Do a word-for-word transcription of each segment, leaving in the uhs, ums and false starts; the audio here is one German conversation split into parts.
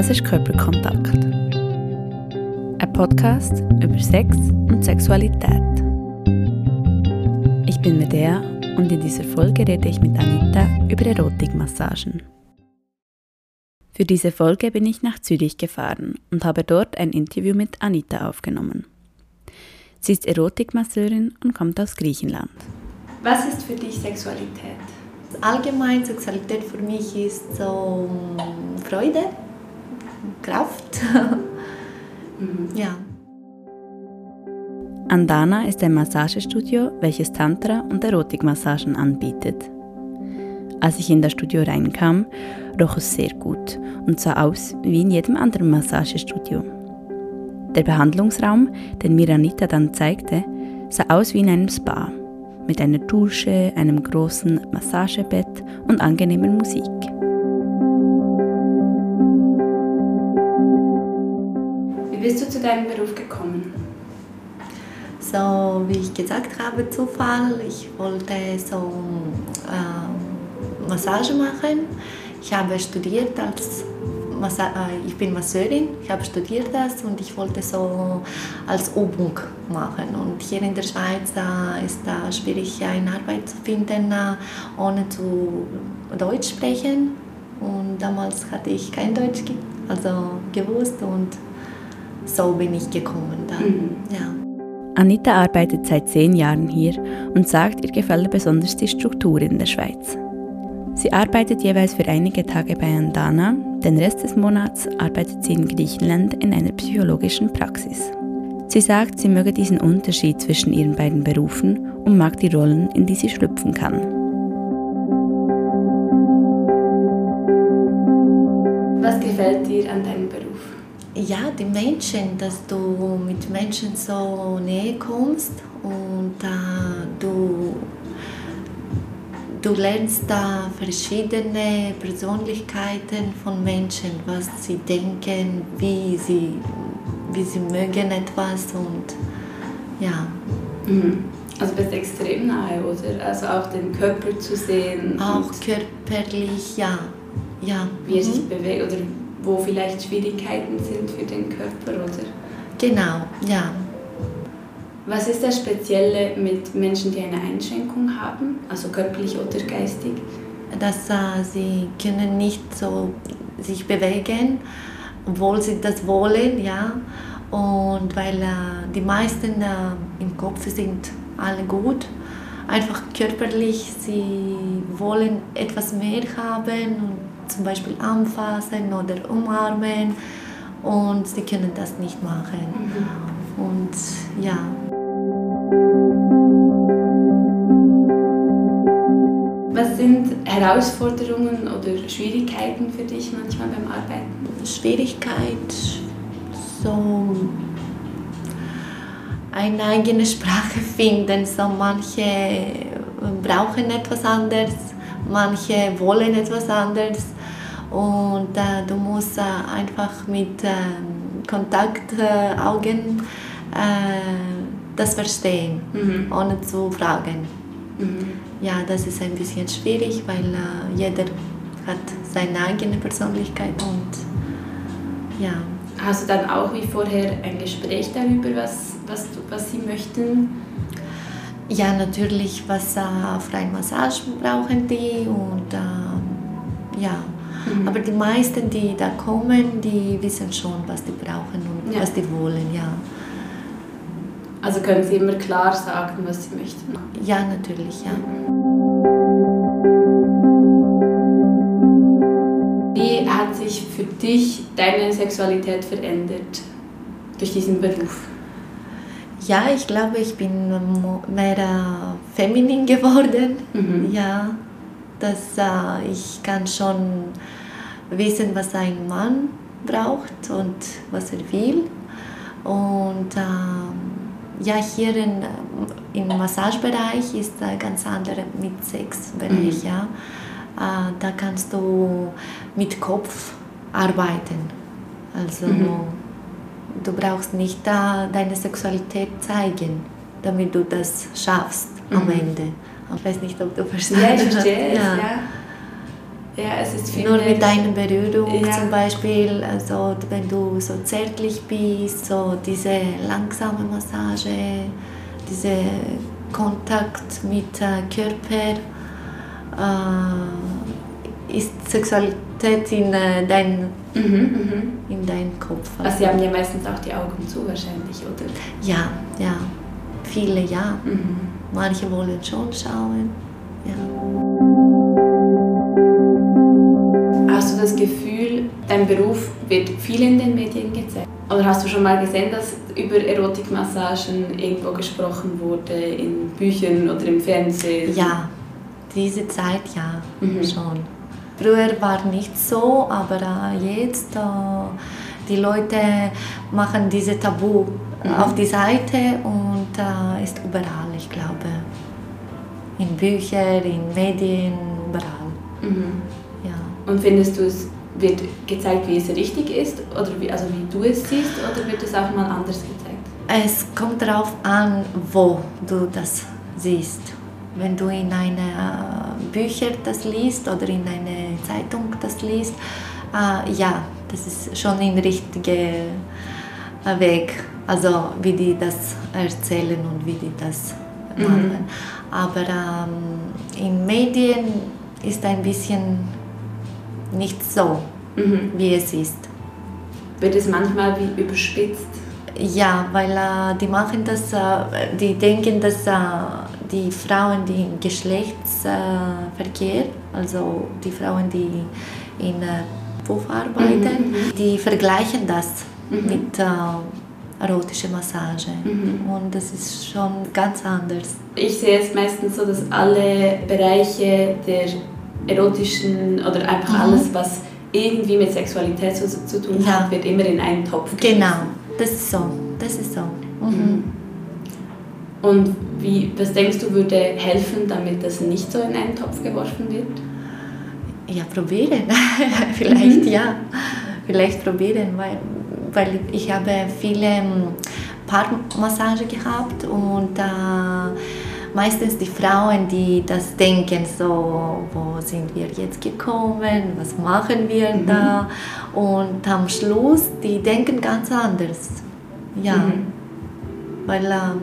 Das ist Körperkontakt. Ein Podcast über Sex und Sexualität. Ich bin Medea und in dieser Folge rede ich mit Anita über Erotikmassagen. Für diese Folge bin ich nach Zürich gefahren und habe dort ein Interview mit Anita aufgenommen. Sie ist Erotikmasseurin und kommt aus Griechenland. Was ist für dich Sexualität? Allgemein Sexualität für mich ist so Freude, Kraft. mhm. Ja. Andana ist ein Massagestudio, welches Tantra- und Erotikmassagen anbietet. Als ich in das Studio reinkam, roch es sehr gut und sah aus wie in jedem anderen Massagestudio. Der Behandlungsraum, den mir Anita dann zeigte, sah aus wie in einem Spa, mit einer Dusche, einem großen Massagebett und angenehmer Musik. Wie bist du zu deinem Beruf gekommen? So, wie ich gesagt habe, Zufall. Ich wollte so äh, Massage machen. Ich habe studiert als Massa- äh, ich bin Masseurin. Ich habe studiert das und ich wollte so als Übung machen. Und hier in der Schweiz äh, ist da schwierig, eine Arbeit zu finden, äh, ohne zu Deutsch sprechen. Und damals hatte ich kein Deutsch ge- also gewusst und so bin ich gekommen dann. Mhm. Ja. Anita arbeitet seit zehn Jahren hier und sagt, ihr gefalle besonders die Struktur in der Schweiz. Sie arbeitet jeweils für einige Tage bei Andana, den Rest des Monats arbeitet sie in Griechenland in einer psychologischen Praxis. Sie sagt, sie möge diesen Unterschied zwischen ihren beiden Berufen und mag die Rollen, in die sie schlüpfen kann. Was gefällt dir an deinem Beruf? Ja, die Menschen, dass du mit Menschen so näher kommst und äh, du, du lernst da verschiedene Persönlichkeiten von Menschen, was sie denken, wie sie, wie sie mögen etwas und ja. Mhm. Also du bist extrem nahe, oder? Also auch den Körper zu sehen. Auch körperlich, ja. ja. Wie er sich bewegt oder wo vielleicht Schwierigkeiten sind für den Körper, oder? Genau, ja. Was ist das Spezielle mit Menschen, die eine Einschränkung haben, also körperlich oder geistig? Dass äh, sie können nicht so sich bewegen, obwohl sie das wollen, ja. Und weil äh, die meisten äh, im Kopf sind alle gut, einfach körperlich, sie wollen etwas mehr haben und zum Beispiel anfassen oder umarmen und sie können das nicht machen. Mhm. Und ja. Was sind Herausforderungen oder Schwierigkeiten für dich manchmal beim Arbeiten? Schwierigkeit, so eine eigene Sprache finden. So manche brauchen etwas anderes, manche wollen etwas anderes. Und äh, du musst äh, einfach mit äh, Kontaktaugen äh, das verstehen, mhm. ohne zu fragen. Mhm. Ja, das ist ein bisschen schwierig, weil äh, jeder hat seine eigene Persönlichkeit und ja. Hast du dann auch wie vorher ein Gespräch darüber, was, was, was sie möchten? Ja, natürlich, was äh, für eine Massage brauchen die und äh, ja. Mhm. Aber die meisten, die da kommen, die wissen schon, was die brauchen und ja. was die wollen, ja. Also können sie immer klar sagen, was sie möchten? Ja, natürlich, ja. Wie hat sich für dich deine Sexualität verändert durch diesen Beruf? Ja, ich glaube, ich bin mehr feminin geworden, mhm. ja. Dass äh, ich kann schon wissen, was ein Mann braucht und was er will. Und äh, ja, hier in, im Massagebereich ist ein ganz anderer mit Sexbereich. Mhm. Ja. Äh, da kannst du mit Kopf arbeiten. Also mhm. du brauchst nicht da deine Sexualität zeigen, damit du das schaffst mhm. am Ende. Ich weiß nicht, ob du verstehst. Ja, ich verstehe es, ja. Ja, es ist viel nur mehr, mit deiner Berührung ja. zum Beispiel, also wenn du so zärtlich bist, so diese langsame Massage, dieser Kontakt mit äh, Körper, äh, ist Sexualität in äh, dein mhm, mhm. in deinen Kopf. Also sie haben ja meistens auch die Augen zu wahrscheinlich, oder? Ja, ja, viele ja. Mhm. Manche wollen schon schauen. Ja. Hast du das Gefühl, dein Beruf wird viel in den Medien gezeigt? Oder hast du schon mal gesehen, dass über Erotikmassagen irgendwo gesprochen wurde, in Büchern oder im Fernsehen? Ja, diese Zeit ja, mhm. schon. Früher war nicht so, aber äh, jetzt äh, die Leute machen diese Tabu mhm. auf die Seite und äh, ist überall, ich glaube. In Büchern, in Medien, überall. Mhm. Ja. Und findest du, es wird gezeigt, wie es richtig ist, oder wie, also wie du es siehst, oder wird es auch mal anders gezeigt? Es kommt darauf an, wo du das siehst. Wenn du in einer Bücher das liest oder in einer Zeitung das liest, äh, ja, das ist schon ein richtiger äh, Weg, also wie die das erzählen und wie die das mhm. machen. Aber ähm, in Medien ist ein bisschen nicht so, mhm. wie es ist. Wird es manchmal wie überspitzt? Ja, weil äh, die machen das, äh, die denken, dass äh, die Frauen, die im Geschlechtsverkehr, äh, also die Frauen, die in äh, Puff arbeiten, mhm. die vergleichen das mhm. mit äh, erotischer Massage. Mhm. Und das ist schon ganz anders. Ich sehe es meistens so, dass alle Bereiche der erotischen oder einfach mhm. alles, was irgendwie mit Sexualität zu, zu tun ja. hat, wird immer in einen Topf geschmissen. Genau, das ist so. Das ist so. Mhm. Und wie, was denkst du, würde helfen, damit das nicht so in einen Topf geworfen wird? Ja, probieren. Vielleicht mhm. ja. Vielleicht probieren, weil, weil ich habe viele Paarmassage gehabt und äh, meistens die Frauen, die das denken, so, wo sind wir jetzt gekommen, was machen wir mhm. da? Und am Schluss, die denken ganz anders. Ja, mhm. weil ähm,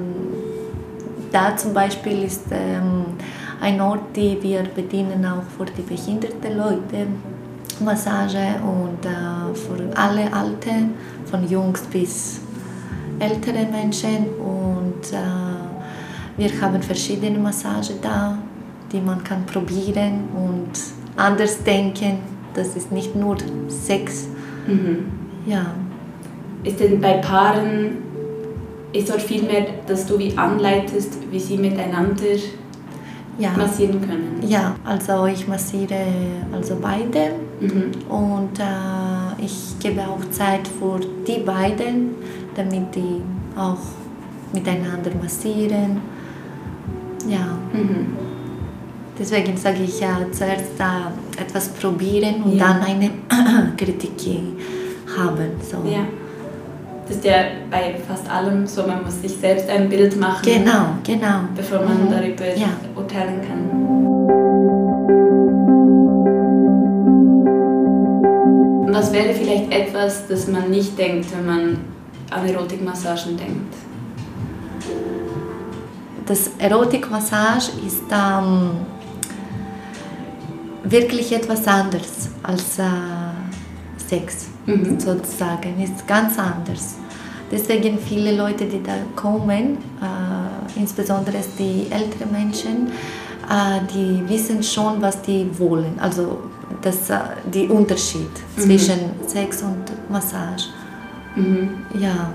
da zum Beispiel ist ähm, ein Ort, den wir bedienen auch für die behinderten Leute, Massage und äh, für alle Alten, von Jungs bis ältere Menschen und äh, wir haben verschiedene Massagen da, die man kann probieren und anders denken. Das ist nicht nur Sex. Mhm. Ja. Ist denn bei Paaren, ist dort viel mehr, dass du wie anleitest, wie sie miteinander ja. massieren können? Ja, also ich massiere also beide mhm. und äh, ich gebe auch Zeit für die beiden, damit die auch miteinander massieren. Ja. Mhm. Deswegen sage ich ja zuerst äh, etwas probieren und ja. dann eine Kritik haben. So. Ja. Das ist ja bei fast allem so, man muss sich selbst ein Bild machen, genau, genau. bevor man mhm. darüber ja. urteilen kann. Was wäre vielleicht etwas, das man nicht denkt, wenn man an Erotikmassagen denkt? Das Erotikmassage ist ähm, wirklich etwas anderes als äh, Sex, mhm. sozusagen. Ist ganz anders. Deswegen viele Leute, die da kommen, äh, insbesondere die älteren Menschen, äh, die wissen schon, was die wollen. Also das, äh, die Unterschied mhm. zwischen Sex und Massage. Mhm. Ja.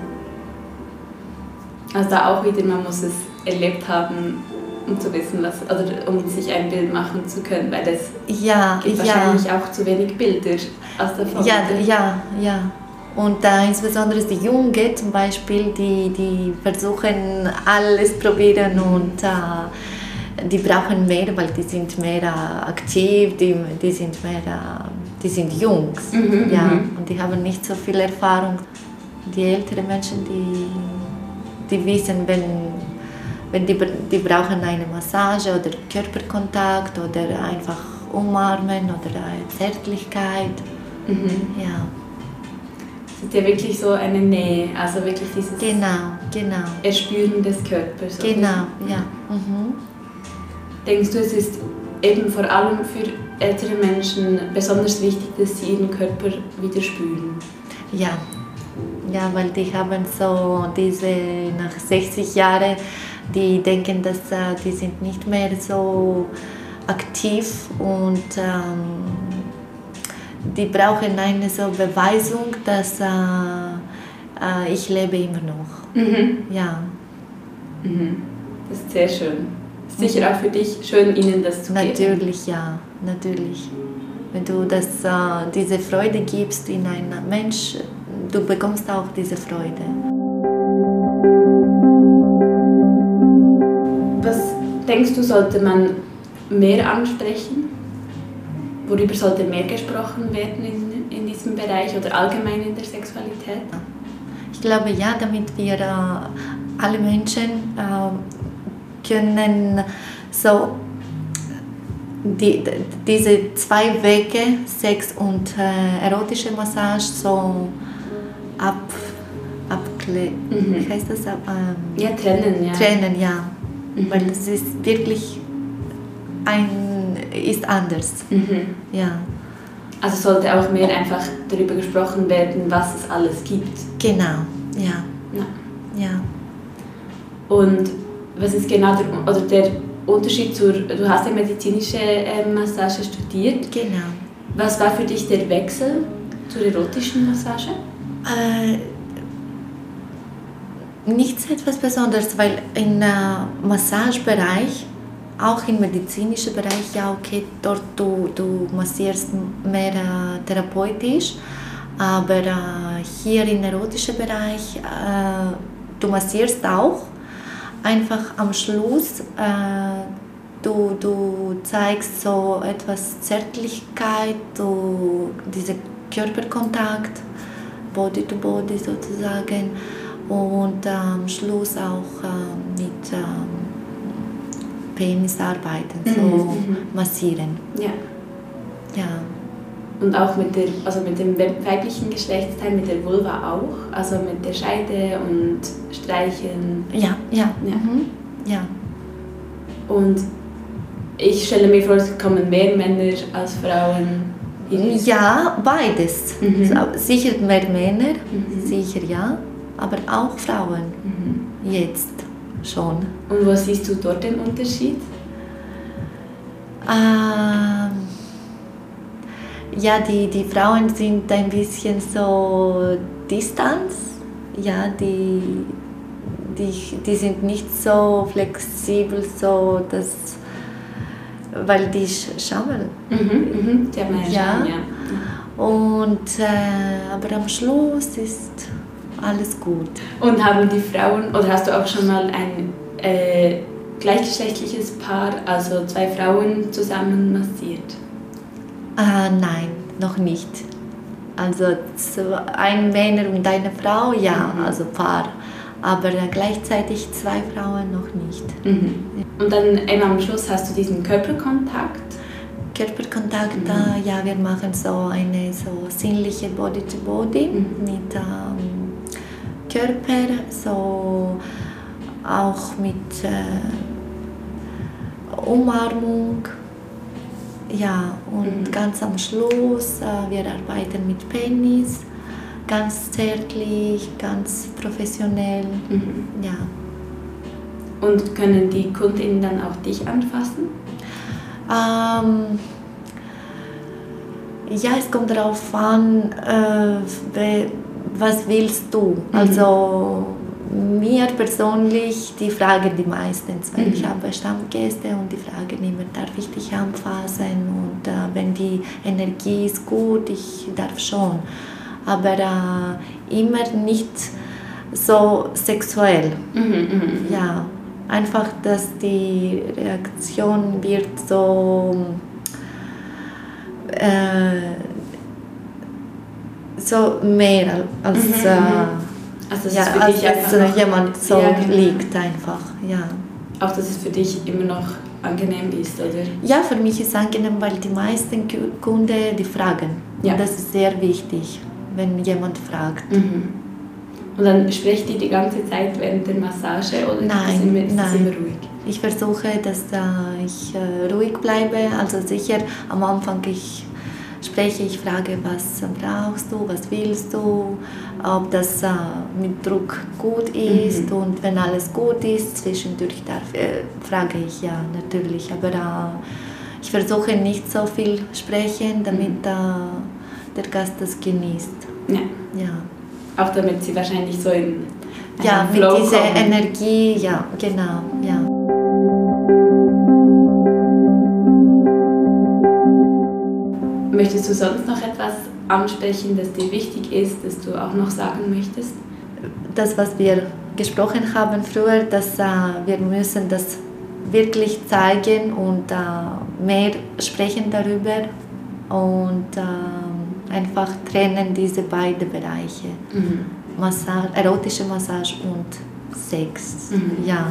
Also da auch wieder, man muss es erlebt haben, um zu wissen, was, oder um sich ein Bild machen zu können, weil es ja, gibt ja. wahrscheinlich auch zu wenig Bilder aus der Familie. Ja, ja, ja. Und äh, insbesondere die Jungen zum Beispiel, die, die versuchen alles probieren und äh, die brauchen mehr, weil die sind mehr äh, aktiv, die, die sind mehr, äh, die sind Jungs, mhm, ja, mhm. und die haben nicht so viel Erfahrung. Die älteren Menschen, die, die wissen, wenn, wenn die, die brauchen eine Massage oder Körperkontakt oder einfach umarmen oder äh, Zärtlichkeit. Mhm. Ja. Es ist ja wirklich so eine Nähe, also wirklich dieses Genau, genau. Erspüren des Körpers. Genau, ja. Mhm. Denkst du, es ist eben vor allem für ältere Menschen besonders wichtig, dass sie ihren Körper wieder spüren? Ja. Ja, weil die haben so diese, nach sechzig Jahren, die denken, dass äh, die sind nicht mehr so aktiv und ähm, die brauchen eine so Beweisung, dass äh, äh, ich lebe immer noch. Mhm. Ja. Mhm. Das ist sehr schön. Sicher mhm. auch für dich schön, ihnen das zu geben. Natürlich, ja, natürlich. Wenn du das, äh, diese Freude gibst in einen Mensch, du bekommst auch diese Freude. Was denkst du, sollte man mehr ansprechen? Worüber sollte mehr gesprochen werden in, in diesem Bereich oder allgemein in der Sexualität? Ich glaube ja, damit wir äh, alle Menschen äh, können so die, diese zwei Wege, Sex und äh, erotische Massage, so ab, abkle mhm. wie heißt das? Ähm, ja, trennen, ja. Trennen, ja. Mhm. Weil es ist wirklich ein, ist anders. Mhm. Ja. Also sollte auch mehr einfach darüber gesprochen werden, was es alles gibt. Genau, ja. Ja. ja. Und was ist genau der, oder der Unterschied zur, du hast ja medizinische äh, Massage studiert. Genau. Was war für dich der Wechsel zur erotischen Massage? Äh, nichts etwas Besonderes, weil im äh, Massagebereich, auch im medizinischen Bereich, ja okay, dort du, du massierst mehr äh, therapeutisch, aber äh, hier im erotischen Bereich, äh, du massierst auch, einfach am Schluss, äh, du, du zeigst so etwas Zärtlichkeit, du, dieser Körperkontakt, Body to Body sozusagen, und am ähm, Schluss auch äh, mit ähm, Penis arbeiten, so mhm. massieren. Ja. Ja. Und auch mit, der, also mit dem weiblichen Geschlechtsteil, mit der Vulva auch? Also mit der Scheide und Streicheln? Ja, ja. Ja. Mhm. ja. Und ich stelle mir vor, es kommen mehr Männer als Frauen hin? Ja, beides. Mhm. So, sicher mehr Männer, mhm. sicher ja, aber auch Frauen. Mhm. Jetzt schon. Und wo siehst du dort den Unterschied? Ähm, ja, die, die Frauen sind ein bisschen so Distanz. Ja, die, die, die sind nicht so flexibel, so dass, weil die schauen. Mhm, mhm. Die haben ja, Schauen, ja. Und, äh, aber am Schluss ist alles gut. Und haben die Frauen, oder hast du auch schon mal ein äh, gleichgeschlechtliches Paar, also zwei Frauen zusammen massiert? Äh, nein, noch nicht. Also ein Männer und eine Frau, ja, mhm. also Paar. Aber gleichzeitig zwei Frauen noch nicht. Mhm. Und dann eben am Schluss hast du diesen Körperkontakt? Körperkontakt, mhm. äh, ja, wir machen so eine so sinnliche Body-to-Body mhm. mit ähm, Körper, so auch mit äh, Umarmung. Ja, und mhm. ganz am Schluss, äh, wir arbeiten mit Penis, ganz zärtlich, ganz professionell. Mhm. Ja. Und können die Kundinnen dann auch dich anfassen? Ähm, ja, es kommt darauf an, äh, was willst du? Mhm. Also mir persönlich, die fragen die meistens, weil mhm. ich habe Stammgäste und die fragen immer, darf ich dich anfassen? Und äh, wenn die Energie ist gut, ich darf schon. Aber äh, immer nicht so sexuell. Mhm, mh. Ja, einfach, dass die Reaktion wird so äh, so mehr als mhm, äh, also das ja, ist für als dich jetzt noch, jemand so ja, genau. liegt einfach, ja. Auch dass es für dich immer noch angenehm ist, oder? Ja, für mich ist es angenehm, weil die meisten Kunden die fragen. Ja. Und das ist sehr wichtig, wenn jemand fragt. Mhm. Und dann sprecht ihr die ganze Zeit während der Massage oder nein, ist es immer, ist nein. es immer ruhig? Ich versuche, dass äh, ich äh, ruhig bleibe. Also sicher am Anfang ich spreche, ich frage, was brauchst du, was willst du, ob das äh, mit Druck gut ist. Mhm. Und wenn alles gut ist, zwischendurch darf, äh, frage ich ja natürlich. Aber äh, ich versuche nicht so viel sprechen, damit äh, der Gast das genießt. Ja. Ja. Auch damit sie wahrscheinlich so in ja, mit Flow dieser kommen. Energie, ja, genau, ja. Möchtest du sonst noch etwas ansprechen, das dir wichtig ist, das du auch noch sagen möchtest? Das, was wir gesprochen haben früher, dass äh, wir müssen das wirklich zeigen und äh, mehr sprechen darüber und äh, einfach trennen diese beiden Bereiche. Mhm. Massage, erotische Massage und Sex. Mhm. Ja.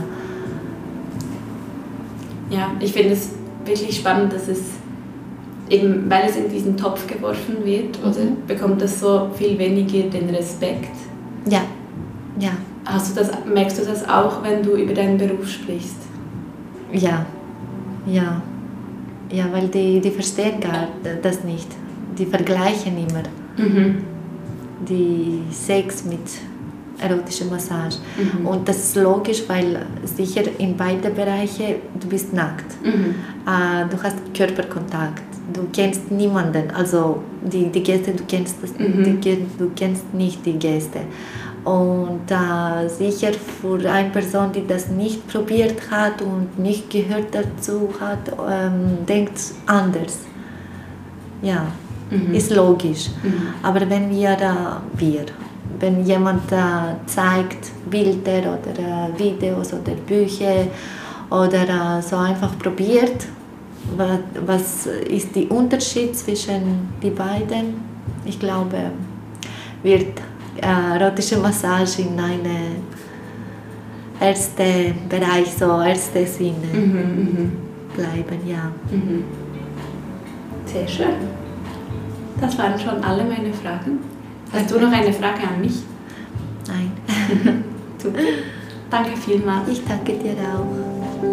Ja, ich finde es wirklich spannend, dass es eben, weil es in diesen Topf geworfen wird, mhm. oder bekommt das so viel weniger den Respekt? Ja, ja. Hast du das, merkst du das auch, wenn du über deinen Beruf sprichst? Ja, ja. Ja, weil die, die verstehen gar das nicht. Die vergleichen immer. Mhm. Die Sex mit erotischer Massage. Mhm. Und das ist logisch, weil sicher in beiden Bereichen, du bist nackt. Mhm. Äh, du hast Körperkontakt. Du kennst niemanden, also die, die Gäste, du kennst, das, mhm. die, du kennst nicht die Gäste. Und äh, sicher für eine Person, die das nicht probiert hat und nicht gehört dazu hat, ähm, denkt anders. Ja, mhm. ist logisch. Mhm. Aber wenn wir, äh, wir wenn jemand äh, zeigt Bilder oder äh, Videos oder Bücher oder äh, so einfach probiert, was, was ist der Unterschied zwischen den beiden? Ich glaube, wird äh, erotische Massage in einem ersten Bereich, so erste Sinne mhm, bleiben, ja. Mhm. Sehr schön. Das waren schon alle meine Fragen. Hast du noch eine Frage an mich? Nein. Super. Danke vielmals. Ich danke dir auch.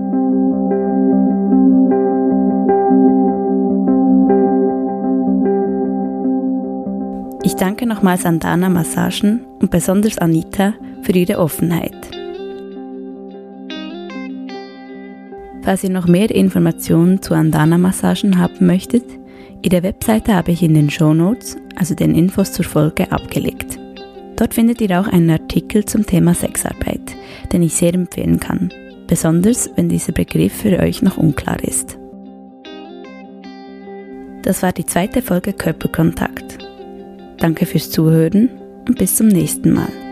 Ich danke nochmals an Dana Massagen und besonders Anita für ihre Offenheit. Falls ihr noch mehr Informationen zu Andana Massagen haben möchtet, ihre Webseite habe ich in den Shownotes, also den Infos zur Folge, abgelegt. Dort findet ihr auch einen Artikel zum Thema Sexarbeit, den ich sehr empfehlen kann, besonders wenn dieser Begriff für euch noch unklar ist. Das war die zweite Folge Körperkontakt. Danke fürs Zuhören und bis zum nächsten Mal.